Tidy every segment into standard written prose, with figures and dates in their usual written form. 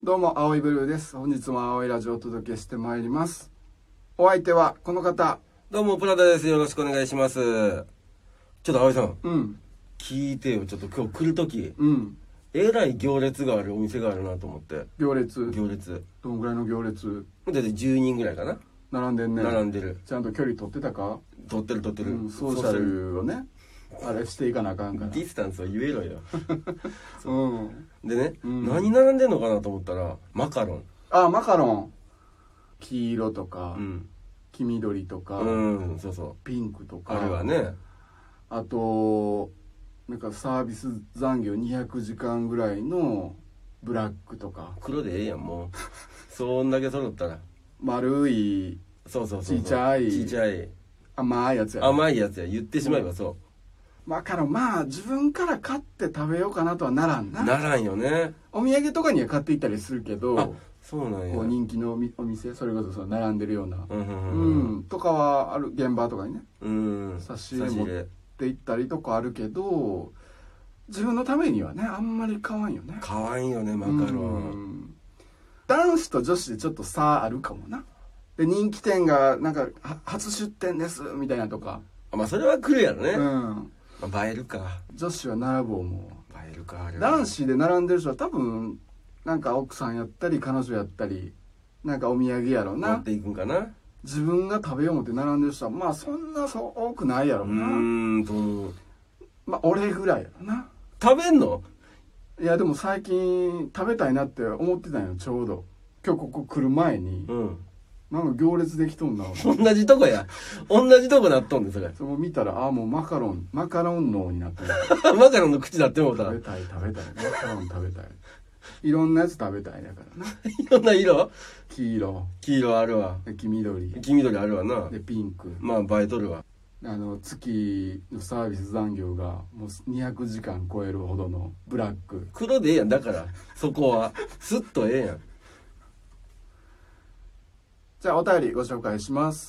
どうも、青いブルーです。本日も青いラジオをお届けしてまいります。お相手はこの方。 どうも、プラダです。よろしくお願いします。ちょっと葵さん、 うん。 聞いてよ。ちょっと今日来るとき、 うん。 えらい行列があるお店があるなと思って。 行列。 行列。 どんぐらいの行列？ だって10人ぐらいかな。 並んでんね。 並んでる。 ちゃんと距離取ってたか？ 撮ってる。 ソーシャルをね、あれしていかなあかんから。 ディスタンスを言えろよ。 うん。 でね、 うん何並んでんのかなと思ったら、マカロン。 あ、マカロン。黄色とか、 うん。 黄緑とか、 そうそピンクとう。 か。 あれはね。 あと、なんかサービス残業200時間ぐらいのブラックとか。 黒でええやん、もう。そんだけ揃ったら。 丸い、 そう。 ちっちゃいちっちゃい。 甘いやつやね。 甘いやつや。言ってしまえばそマカロン、まあ自分から買って食べようかなとはならんう。 な。 ならんよね。 お土産とかには買っていったりするけあど、 そうなんや。 こう人気のお店、それこそその並んでるような、 うんとかはある、現場とかにね、 うん差し入れ持って行ったりとかあるけど、自分のためにはね、あんまり買わんよね。 かわいいよねマカロン。 男子と女子でちょっと差あるかもな。で、人気店がなんか初出店ですみたいなとか、 まあそれは来るやろね、 うん、 まあ、映えるか。 女子は並ぶ思う。 映えるかあれは。 男子で並んでる人は多分なんか奥さんやったり彼女やったり、なんかお土産やろうな。 持っていくんかな。 自分が食べよう思って並んでる人はまあそんな多くないやろうな。 と思う。 まあ俺ぐらいやろな。 食べんの？ いやでも最近食べたいなって思ってたんよ。ちょうど今日ここ来る前に、なんか行列できとんな。 同じとこや。同じとこなっとんでそれ。 そう見たらもうマカロン脳になってる。 マカロンの口なってもうた。 食べたいマカロン食べたい。いろんなやつ食べたいだからな。 いろんな色？ 黄色あるわ。 黄緑黄緑あるわな。 でピンク。 まあ映えとるわ。 月のサービス残業がもう200時間超えるほどのブラック。 黒でええやん。だからそこはスッとええやん。 じゃあお便りご紹介します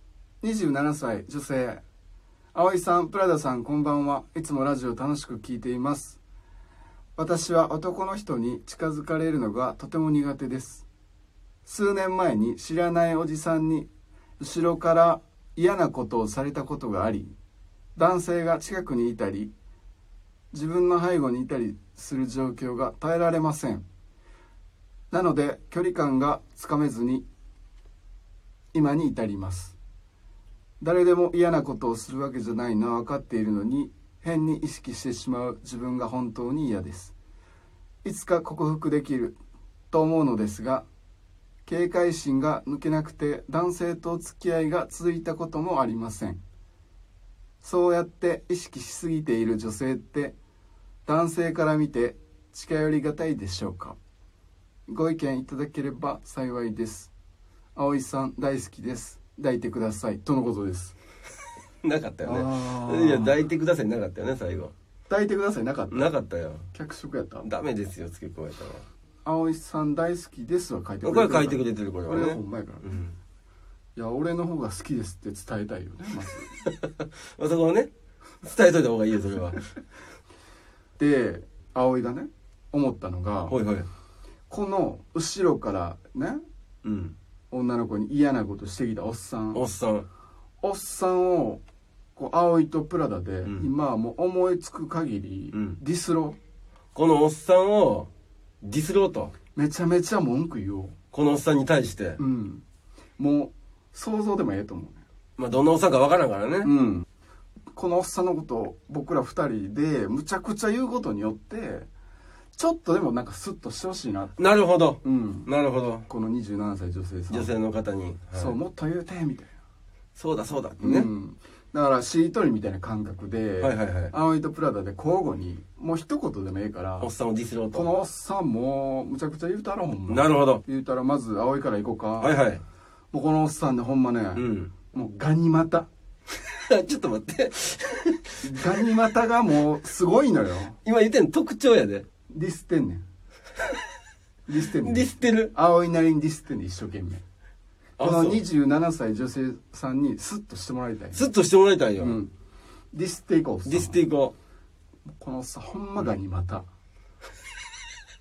。27歳女性。葵さん、プラダさん、こんばんは。いつもラジオ楽しく聞いています。私は男の人に近づかれるのがとても苦手です。数年前に知らないおじさんに後ろから嫌なことをされたことがあり、男性が近くにいたり自分の背後にいたりする状況が耐えられません。なので距離感がつかめずに今に至ります。誰でも嫌なことをするわけじゃないのは分かっているのに、変に意識してしまう自分が本当に嫌です。いつか克服できると思うのですが、警戒心が抜けなくて男性と付き合いが続いたこともありません。そうやって意識しすぎている女性って男性から見て近寄りがたいでしょうか。ご意見いただければ幸いです。葵さん大好きです。抱いてくださいとのことです。 なかったよね。いや抱いてくださいなかったよね最後。 抱いてくださいなかった。 なかったよ。 脚色やった。 ダメですよ付け加えたら。 葵さん大好きですは書いてくれてる。 これ書いてくれてるこれはね。 これはほんまやからね。いや俺の方が好きですって伝えたいよねまず。 そこはね伝えといた方がいいよそれは。 で葵がね思ったのが、 ほいほい。 この後ろからね、女の子に嫌なことしてきたおっさんをこう葵とプラダで、今はもう思いつく限り、ディスろう。 このおっさんをディスろうと。 めちゃめちゃ文句言おう。 このおっさんに対して。 もう想像でもええと思うね。 まあどのおっさんかわからんからね。 このおっさんのことを僕ら二人でむちゃくちゃ言うことによってちょっとでもなんかスッとしてほしいな。 なるほど。なるほど。 この27歳女性さん。 女性の方に。 そう、もっと言うてみたいな。 そうだってね。 だからしりとりみたいな感覚で、葵とプラダで交互にもう一言でもええからおっさんをディスろうと。 このおっさんもむちゃくちゃ言うたらほんま。 なるほど。 言うたらまず葵から行こうか。もうこのおっさんねほんまね、もうガニ股。 ちょっと待ってガニ股がもうすごいのよ。 今言ってんの特徴やで。 ディスってんねん。ディスってる。 葵なりにディスってんねん一生懸命。この27歳女性さんにスッとしてもらいたい。 スッとしてもらいたいよ。 ディスっていこう。 ディスっていこう。このさほんまガニ股。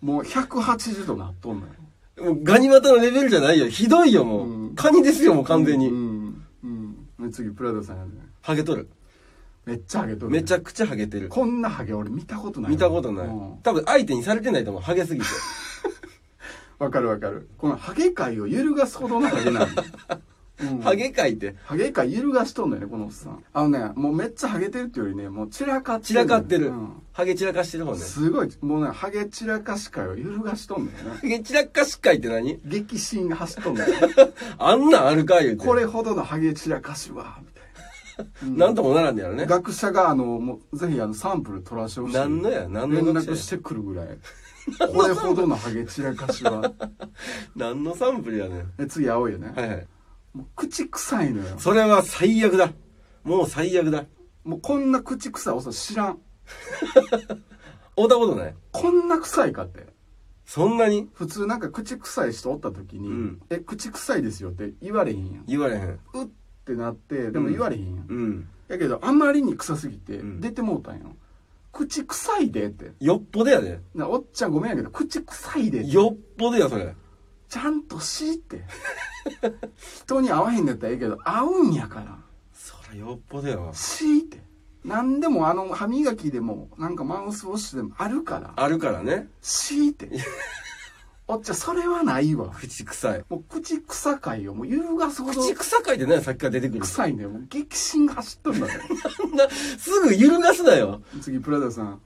もう180度なっとんのよ。 もうガニ股のレベルじゃないよ。ひどいよ、もう。カニですよ、もう完全に。 次、プラダさんやで。 ハゲとる。 めっちゃハゲとる。 めちゃくちゃハゲてる。 こんなハゲ俺見たことない。 見たことない。多分相手にされてないと思う、ハゲすぎて。 わかるわかる。このハゲ界を揺るがすほどのハゲなんだ。 ハゲ界って。 ハゲ界揺るがしとんだよね、このおっさん。もうめっちゃハゲてるっていうよりね、もう散らかってる。 散らかってる。ハゲ散らかしてる方ね。 すごい、もうね、ハゲ散らかし界を揺るがしとんだよね。 ハゲ散らかし界って何？ 激震が走っとんだよ。 あんなんあるか言うて。 これほどのハゲ散らかしは、みたいな。 なんともならんねやろね。 学者がもうぜひサンプル取らしてほしい。 何の連絡してくるぐらい。これほどのハゲ散らかしは。 何のサンプルやねん。 で次青いよね。 はいはい。 もう口臭いのよ。 それは最悪だ。もう最悪だ。 もうこんな口臭いおっさん知らん。 会ったことない？ こんな臭いかって。 そんなに？ 普通なんか口臭い人おった時に、口臭いですよって言われへんやん。 言われへん。 うってなって、でも言われへんやん。やけどあまりに臭すぎて出てもうたんよ。口臭いでって。 よっぽどやで。 おっちゃんごめんやけど口臭いでって。 よっぽどやそれ。 ちゃんとしって。人に合わへんだったらええけど合うんやから。 そりゃよっぽどやわ。 しって。なんでも歯磨きでもなんかマウスウォッシュでもあるから。 あるからね。 しって。おっちゃんそれはないわ。 口臭い。 もう口臭会をもう揺るがすほど。 口臭会って何？さっきから出てくる。 臭いんだよ。もう激震が走っとるんだよ。 すぐ揺るがすなよ。 次プラダさん。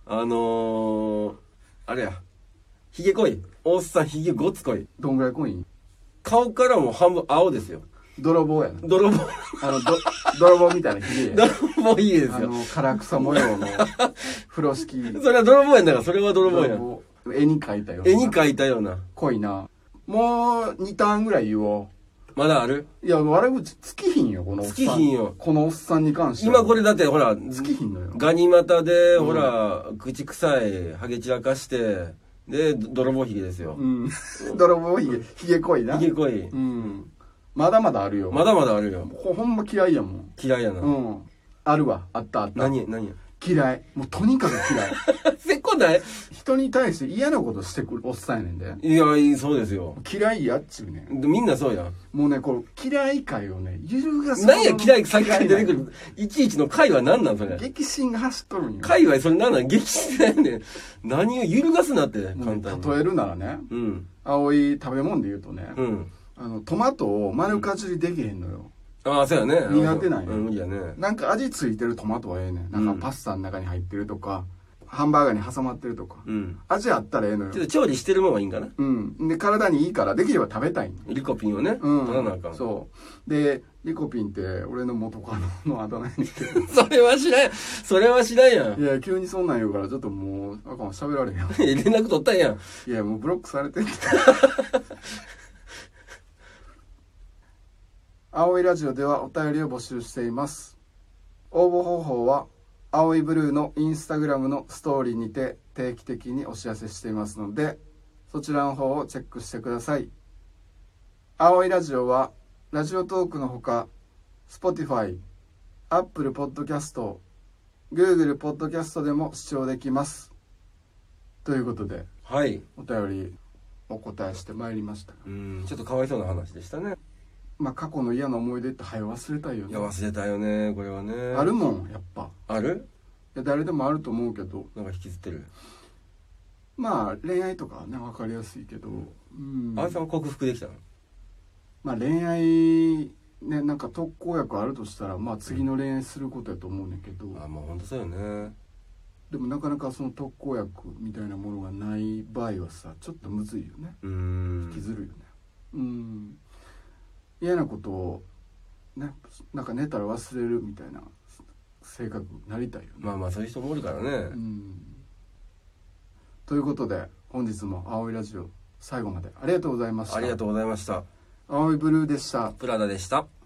あれや。ひげ濃い。おっさんひげごつ濃い。 どんぐらい濃いん？ 顔からも半分青ですよ。 泥棒やな。 泥棒。 泥棒みたいなひげや。 泥棒ひげですよ。 唐草模様の風呂敷。 それは泥棒やんだから、それは泥棒や。 絵に描いたような。 絵に描いたような。 濃いな。もう2ターンぐらい言おう。 まだある？ いや、悪口つきひんよ、このおっさん。 つきひんよ。 このおっさんに関しては。今これだってほら、 つきひんのよ。 ガニ股で、ほら、口臭い、ハゲ散らかして、で、泥棒ひげですよ。 泥棒ひげ、ひげ濃いな。 ひげ濃い。 まだまだあるよ。 まだまだあるよ。 ほんま嫌いやもん。 嫌いやな。 あるわ。あったあった。 何嫌い。もうとにかく嫌い。 せっこない？ 人に対して嫌なことしてくるおっさんやねんで。 いや、そうですよ。 嫌いやっちゅうねん。 みんなそうや。 もうね、こう、嫌い会をね、揺るがす。 何や嫌い、さっきから出てくる。いちいちの会は何なんそれ。 激震が走っとるんよ。 会はそれ何なん？激震だよね。何を揺るがすなって、簡単に。 例えるならね、青い食べ物で言うとね、トマトを丸かじりできへんのよ。 ああ、そうやね。 苦手なんや。 無理やね。 なんか味ついてるトマトはええねん。なんかパスタの中に入ってるとか、ハンバーガーに挟まってるとか。味あったらええのよ。 ちょっと調理してるもんはいいんかな。 で、体にいいから、できれば食べたい。 リコピンをね。取らなあかん。 そう。で、リコピンって俺の元カノのあだ名やねんけど。 それは知らん。それは知らんやん。 いや、急にそんなん言うから、ちょっともう、あかん、喋られへんやん。 連絡取ったんやん。 いや、もうブロックされてんって。青いラジオではお便りを募集しています。応募方法は青いブルーのインスタグラムのストーリーにて定期的にお知らせしていますので、そちらの方をチェックしてください。青いラジオはラジオトークのほか Spotify、Apple Podcast、Google Podcast でも視聴できます。ということで、 はい、 お便りお答えしてまいりました。 ちょっとかわいそうな話でしたね。 過去の嫌な思い出って早忘れたいよね。 いや忘れたよね、これはね。 あるもん、やっぱ。 ある？ いや、誰でもあると思うけど。 なんか引きずってる。 恋愛とかはね、分かりやすいけど。 あいさんは克服できたの？ 恋愛ね、なんか特効薬あるとしたら、次の恋愛することやと思うねんけど。 もう本当そうよね。 でもなかなかその特効薬みたいなものがない場合はさ、ちょっとむずいよね。引きずるよね。嫌なことをね、なんか寝たら忘れるみたいな性格になりたいよね。 そういう人もおるからね。 ということで本日も青いラジオ最後までありがとうございました。 ありがとうございました。 青いブルーでした。 プラダでした。